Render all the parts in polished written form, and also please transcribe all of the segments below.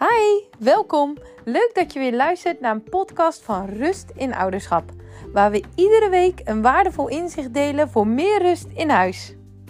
Hi, welkom. Leuk dat je weer luistert naar een podcast van Rust in Ouderschap, waar we iedere week een waardevol inzicht delen voor meer rust in huis.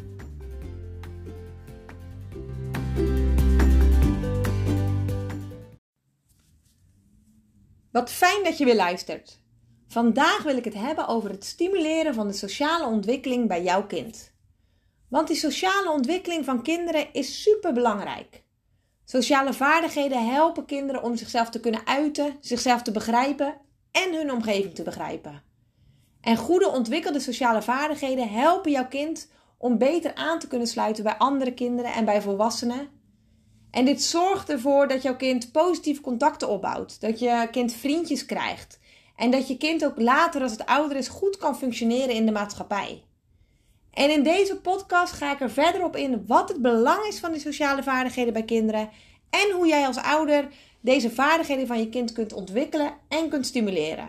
Wat fijn dat je weer luistert. Vandaag wil ik het hebben over het stimuleren van de sociale ontwikkeling bij jouw kind. Want die sociale ontwikkeling van kinderen is super belangrijk. Sociale vaardigheden helpen kinderen om zichzelf te kunnen uiten, zichzelf te begrijpen en hun omgeving te begrijpen. En goede ontwikkelde sociale vaardigheden helpen jouw kind om beter aan te kunnen sluiten bij andere kinderen en bij volwassenen. En dit zorgt ervoor dat jouw kind positieve contacten opbouwt, dat je kind vriendjes krijgt en dat je kind ook later als het ouder is goed kan functioneren in de maatschappij. En in deze podcast ga ik er verder op in wat het belang is van die sociale vaardigheden bij kinderen en hoe jij als ouder deze vaardigheden van je kind kunt ontwikkelen en kunt stimuleren.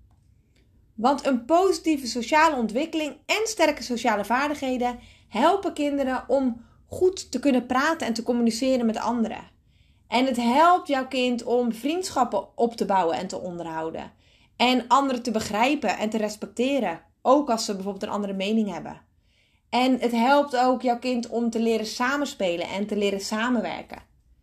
Want een positieve sociale ontwikkeling en sterke sociale vaardigheden helpen kinderen om goed te kunnen praten en te communiceren met anderen. En het helpt jouw kind om vriendschappen op te bouwen en te onderhouden. En anderen te begrijpen en te respecteren, ook als ze bijvoorbeeld een andere mening hebben. En het helpt ook jouw kind om te leren samenspelen en te leren samenwerken.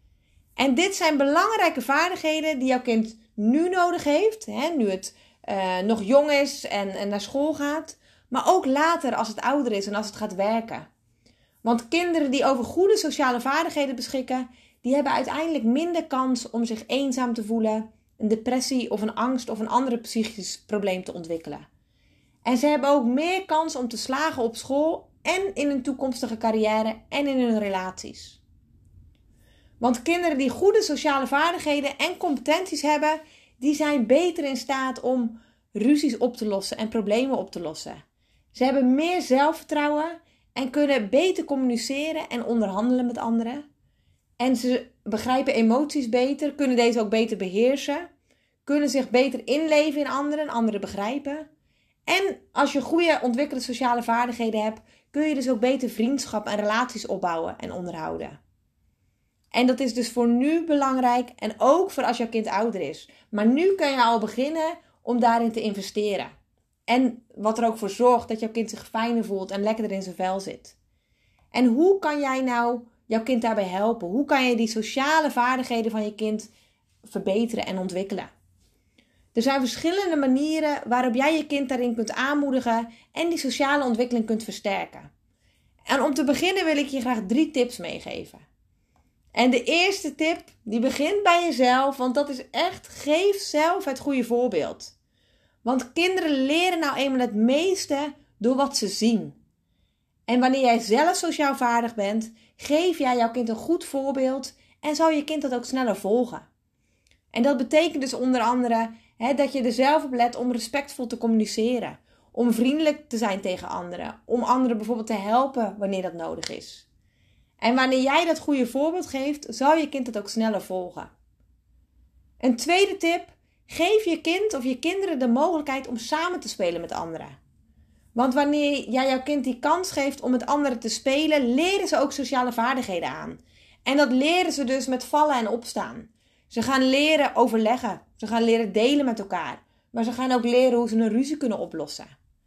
En dit zijn belangrijke vaardigheden die jouw kind nu nodig heeft, nu het nog jong is en naar school gaat. Maar ook later als het ouder is en als het gaat werken. Want kinderen die over goede sociale vaardigheden beschikken, die hebben uiteindelijk minder kans om zich eenzaam te voelen, een depressie of een angst of een andere psychisch probleem te ontwikkelen. En ze hebben ook meer kans om te slagen op school en in hun toekomstige carrière en in hun relaties. Want kinderen die goede sociale vaardigheden en competenties hebben, die zijn beter in staat om ruzies op te lossen en problemen op te lossen. Ze hebben meer zelfvertrouwen en kunnen beter communiceren en onderhandelen met anderen. En ze begrijpen emoties beter, kunnen deze ook beter beheersen, kunnen zich beter inleven in anderen en anderen begrijpen. En als je goede ontwikkelde sociale vaardigheden hebt, kun je dus ook beter vriendschap en relaties opbouwen en onderhouden. En dat is dus voor nu belangrijk en ook voor als jouw kind ouder is. Maar nu kun je al beginnen om daarin te investeren. En wat er ook voor zorgt dat jouw kind zich fijner voelt en lekkerder in zijn vel zit. En hoe kan jij nou jouw kind daarbij helpen? Hoe kan je die sociale vaardigheden van je kind verbeteren en ontwikkelen? Er zijn verschillende manieren waarop jij je kind daarin kunt aanmoedigen en die sociale ontwikkeling kunt versterken. En om te beginnen wil ik je graag 3 tips meegeven. En de eerste tip, die begint bij jezelf, want dat is echt, geef zelf het goede voorbeeld. Want kinderen leren nou eenmaal het meeste door wat ze zien. En wanneer jij zelf sociaal vaardig bent, geef jij jouw kind een goed voorbeeld en zal je kind dat ook sneller volgen. En dat betekent dus onder andere dat je er zelf op let om respectvol te communiceren. Om vriendelijk te zijn tegen anderen. Om anderen bijvoorbeeld te helpen wanneer dat nodig is. En wanneer jij dat goede voorbeeld geeft, zal je kind het ook sneller volgen. Een tweede tip, geef je kind of je kinderen de mogelijkheid om samen te spelen met anderen. Want wanneer jij jouw kind die kans geeft om met anderen te spelen, leren ze ook sociale vaardigheden aan. En dat leren ze dus met vallen en opstaan. Ze gaan leren overleggen. Ze gaan leren delen met elkaar. Maar ze gaan ook leren hoe ze een ruzie kunnen oplossen.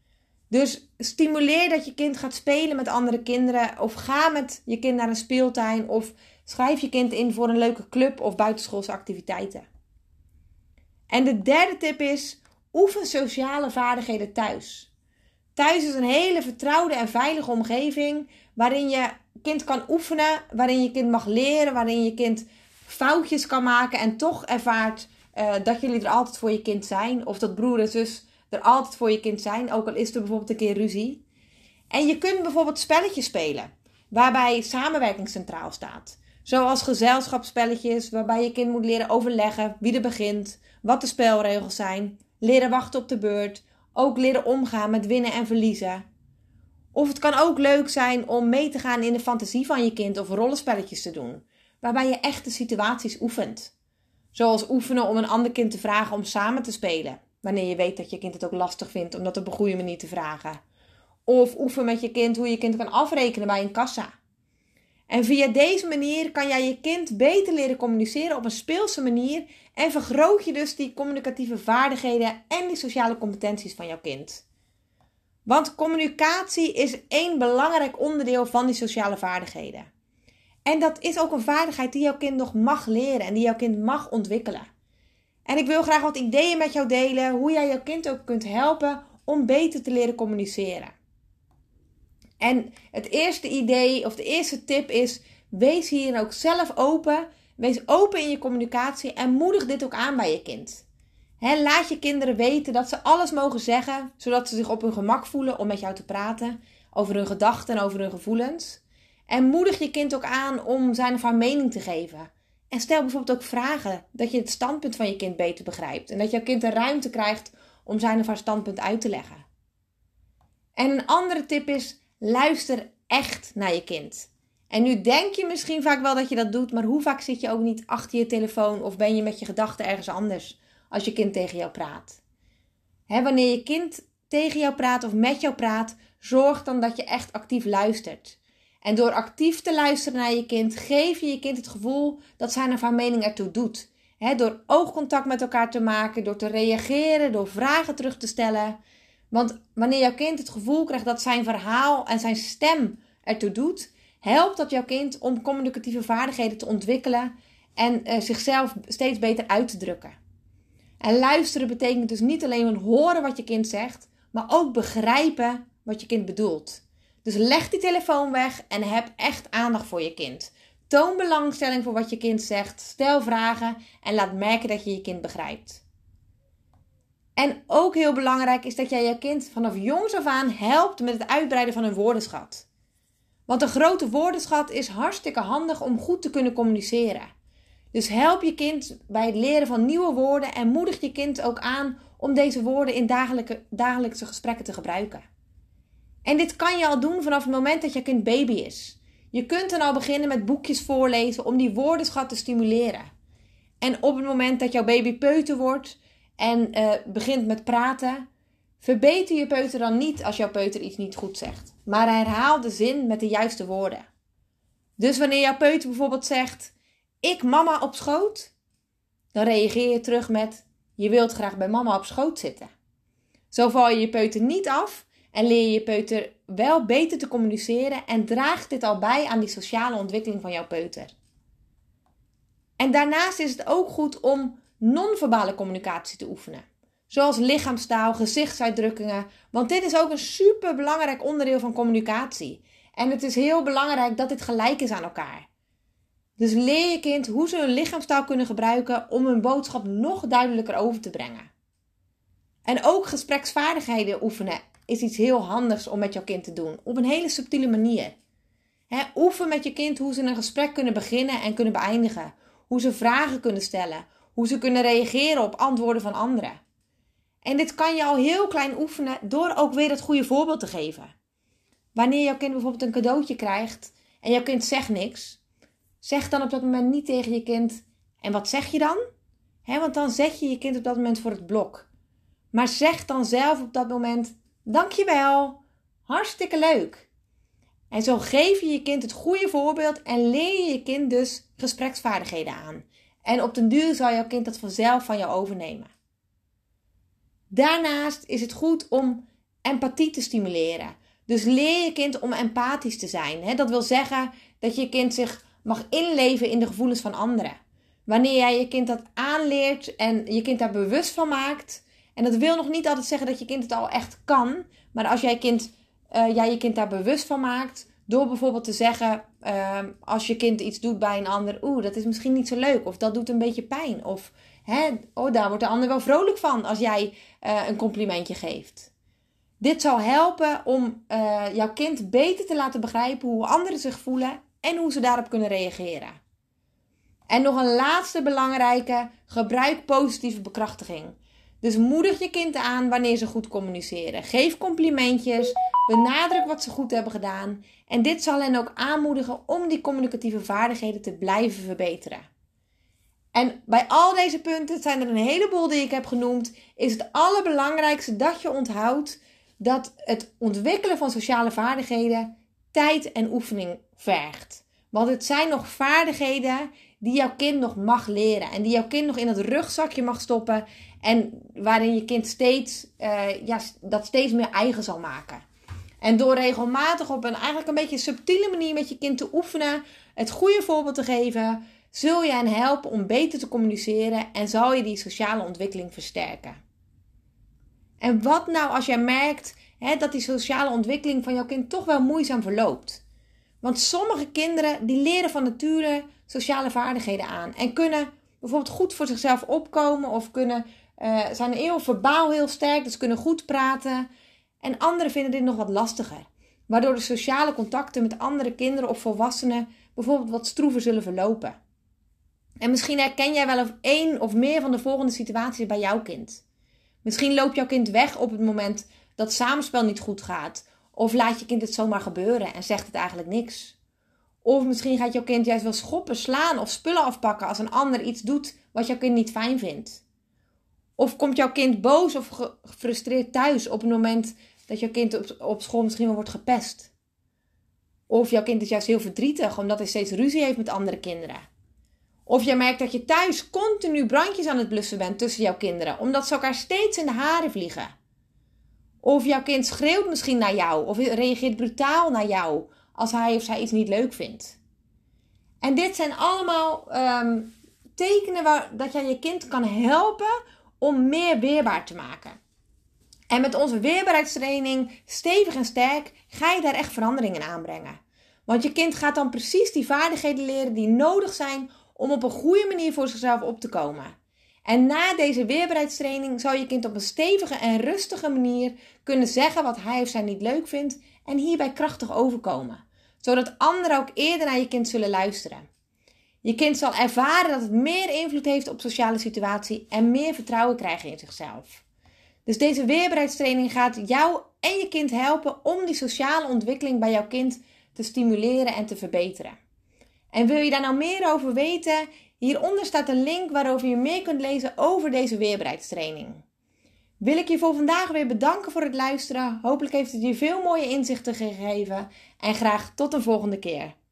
Dus stimuleer dat je kind gaat spelen met andere kinderen. Of ga met je kind naar een speeltuin. Of schrijf je kind in voor een leuke club of buitenschoolse activiteiten. En de derde tip is, oefen sociale vaardigheden thuis. Thuis is een hele vertrouwde en veilige omgeving waarin je kind kan oefenen. Waarin je kind mag leren. Waarin je kind foutjes kan maken en toch ervaart dat jullie er altijd voor je kind zijn. Of dat broer en zus er altijd voor je kind zijn. Ook al is er bijvoorbeeld een keer ruzie. En je kunt bijvoorbeeld spelletjes spelen. Waarbij samenwerking centraal staat. Zoals gezelschapsspelletjes. Waarbij je kind moet leren overleggen wie er begint. Wat de spelregels zijn. Leren wachten op de beurt. Ook leren omgaan met winnen en verliezen. Of het kan ook leuk zijn om mee te gaan in de fantasie van je kind. Of rollenspelletjes te doen. Waarbij je echte situaties oefent. Zoals oefenen om een ander kind te vragen om samen te spelen. Wanneer je weet dat je kind het ook lastig vindt om dat op een goede manier te vragen. Of oefen met je kind hoe je kind kan afrekenen bij een kassa. En via deze manier kan jij je kind beter leren communiceren op een speelse manier en vergroot je dus die communicatieve vaardigheden en die sociale competenties van jouw kind. Want communicatie is één belangrijk onderdeel van die sociale vaardigheden. En dat is ook een vaardigheid die jouw kind nog mag leren en die jouw kind mag ontwikkelen. En ik wil graag wat ideeën met jou delen hoe jij jouw kind ook kunt helpen om beter te leren communiceren. En het eerste idee of de eerste tip is, wees hier ook zelf open. Wees open in je communicatie en moedig dit ook aan bij je kind. Laat je kinderen weten dat ze alles mogen zeggen, zodat ze zich op hun gemak voelen om met jou te praten over hun gedachten en over hun gevoelens. En moedig je kind ook aan om zijn of haar mening te geven. En stel bijvoorbeeld ook vragen, dat je het standpunt van je kind beter begrijpt. En dat jouw kind de ruimte krijgt om zijn of haar standpunt uit te leggen. En een andere tip is, luister echt naar je kind. En nu denk je misschien vaak wel dat je dat doet, maar hoe vaak zit je ook niet achter je telefoon of ben je met je gedachten ergens anders als je kind tegen jou praat? Wanneer je kind tegen jou praat of met jou praat, zorg dan dat je echt actief luistert. En door actief te luisteren naar je kind, geef je je kind het gevoel dat zijn of haar mening ertoe doet. Door oogcontact met elkaar te maken, door te reageren, door vragen terug te stellen. Want wanneer jouw kind het gevoel krijgt dat zijn verhaal en zijn stem ertoe doet, helpt dat jouw kind om communicatieve vaardigheden te ontwikkelen en zichzelf steeds beter uit te drukken. En luisteren betekent dus niet alleen horen wat je kind zegt, maar ook begrijpen wat je kind bedoelt. Dus leg die telefoon weg en heb echt aandacht voor je kind. Toon belangstelling voor wat je kind zegt, stel vragen en laat merken dat je je kind begrijpt. En ook heel belangrijk is dat jij je kind vanaf jongs af aan helpt met het uitbreiden van hun woordenschat. Want een grote woordenschat is hartstikke handig om goed te kunnen communiceren. Dus help je kind bij het leren van nieuwe woorden en moedig je kind ook aan om deze woorden in dagelijkse gesprekken te gebruiken. En dit kan je al doen vanaf het moment dat je kind baby is. Je kunt dan al beginnen met boekjes voorlezen om die woordenschat te stimuleren. En op het moment dat jouw baby peuter wordt en begint met praten, verbeter je peuter dan niet als jouw peuter iets niet goed zegt. Maar herhaal de zin met de juiste woorden. Dus wanneer jouw peuter bijvoorbeeld zegt, ik mama op schoot, dan reageer je terug met, je wilt graag bij mama op schoot zitten. Zo val je je peuter niet af en leer je peuter wel beter te communiceren en draagt dit al bij aan die sociale ontwikkeling van jouw peuter. En daarnaast is het ook goed om non-verbale communicatie te oefenen. Zoals lichaamstaal, gezichtsuitdrukkingen, want dit is ook een superbelangrijk onderdeel van communicatie. En het is heel belangrijk dat dit gelijk is aan elkaar. Dus leer je kind hoe ze hun lichaamstaal kunnen gebruiken om hun boodschap nog duidelijker over te brengen. En ook gespreksvaardigheden oefenen is iets heel handigs om met jouw kind te doen. Op een hele subtiele manier. Oefen met je kind hoe ze een gesprek kunnen beginnen en kunnen beëindigen. Hoe ze vragen kunnen stellen. Hoe ze kunnen reageren op antwoorden van anderen. En dit kan je al heel klein oefenen door ook weer het goede voorbeeld te geven. Wanneer jouw kind bijvoorbeeld een cadeautje krijgt en jouw kind zegt niks, zeg dan op dat moment niet tegen je kind, en wat zeg je dan? Want dan zet je je kind op dat moment voor het blok. Maar zeg dan zelf op dat moment, dankjewel, hartstikke leuk. En zo geef je je kind het goede voorbeeld en leer je je kind dus gespreksvaardigheden aan. En op den duur zal jouw kind dat vanzelf van jou overnemen. Daarnaast is het goed om empathie te stimuleren. Dus leer je kind om empathisch te zijn. Dat wil zeggen dat je kind zich mag inleven in de gevoelens van anderen. Wanneer jij je kind dat aanleert en je kind daar bewust van maakt. En dat wil nog niet altijd zeggen dat je kind het al echt kan. Maar als jij je kind daar bewust van maakt. Door bijvoorbeeld te zeggen, als je kind iets doet bij een ander. Dat is misschien niet zo leuk. Of dat doet een beetje pijn. Of daar wordt de ander wel vrolijk van als jij een complimentje geeft. Dit zal helpen om jouw kind beter te laten begrijpen hoe anderen zich voelen. En hoe ze daarop kunnen reageren. En nog een laatste belangrijke, gebruik positieve bekrachtiging. Dus moedig je kind aan wanneer ze goed communiceren. Geef complimentjes, benadruk wat ze goed hebben gedaan. En dit zal hen ook aanmoedigen om die communicatieve vaardigheden te blijven verbeteren. En bij al deze punten, het zijn er een heleboel die ik heb genoemd, is het allerbelangrijkste dat je onthoudt dat het ontwikkelen van sociale vaardigheden tijd en oefening vergt. Want het zijn nog vaardigheden die jouw kind nog mag leren. En die jouw kind nog in het rugzakje mag stoppen. En waarin je kind dat steeds meer eigen zal maken. En door regelmatig op een eigenlijk een beetje subtiele manier met je kind te oefenen. Het goede voorbeeld te geven. Zul je hen helpen om beter te communiceren. En zal je die sociale ontwikkeling versterken. En wat nou als jij merkt dat die sociale ontwikkeling van jouw kind toch wel moeizaam verloopt. Want sommige kinderen die leren van nature sociale vaardigheden aan. En kunnen bijvoorbeeld goed voor zichzelf opkomen. Of zijn verbaal heel sterk. Dus kunnen goed praten. En anderen vinden dit nog wat lastiger. Waardoor de sociale contacten met andere kinderen of volwassenen bijvoorbeeld wat stroever zullen verlopen. En misschien herken jij wel één of meer van de volgende situaties bij jouw kind. Misschien loopt jouw kind weg op het moment dat het samenspel niet goed gaat. Of laat je kind het zomaar gebeuren en zegt het eigenlijk niks. Of misschien gaat jouw kind juist wel schoppen, slaan of spullen afpakken als een ander iets doet wat jouw kind niet fijn vindt. Of komt jouw kind boos of gefrustreerd thuis op het moment dat jouw kind op school misschien wel wordt gepest. Of jouw kind is juist heel verdrietig omdat hij steeds ruzie heeft met andere kinderen. Of jij merkt dat je thuis continu brandjes aan het blussen bent tussen jouw kinderen, omdat ze elkaar steeds in de haren vliegen. Of jouw kind schreeuwt misschien naar jou, of reageert brutaal naar jou, als hij of zij iets niet leuk vindt. En dit zijn allemaal tekenen dat jij je kind kan helpen om meer weerbaar te maken. En met onze weerbaarheidstraining, stevig en sterk, ga je daar echt veranderingen in aanbrengen. Want je kind gaat dan precies die vaardigheden leren die nodig zijn om op een goede manier voor zichzelf op te komen. En na deze weerbaarheidstraining zal je kind op een stevige en rustige manier kunnen zeggen wat hij of zij niet leuk vindt en hierbij krachtig overkomen. Zodat anderen ook eerder naar je kind zullen luisteren. Je kind zal ervaren dat het meer invloed heeft op sociale situatie en meer vertrouwen krijgen in zichzelf. Dus deze weerbaarheidstraining gaat jou en je kind helpen om die sociale ontwikkeling bij jouw kind te stimuleren en te verbeteren. En wil je daar nou meer over weten? Hieronder staat een link waarover je meer kunt lezen over deze weerbaarheidstraining. Wil ik je voor vandaag weer bedanken voor het luisteren. Hopelijk heeft het je veel mooie inzichten gegeven. En graag tot een volgende keer.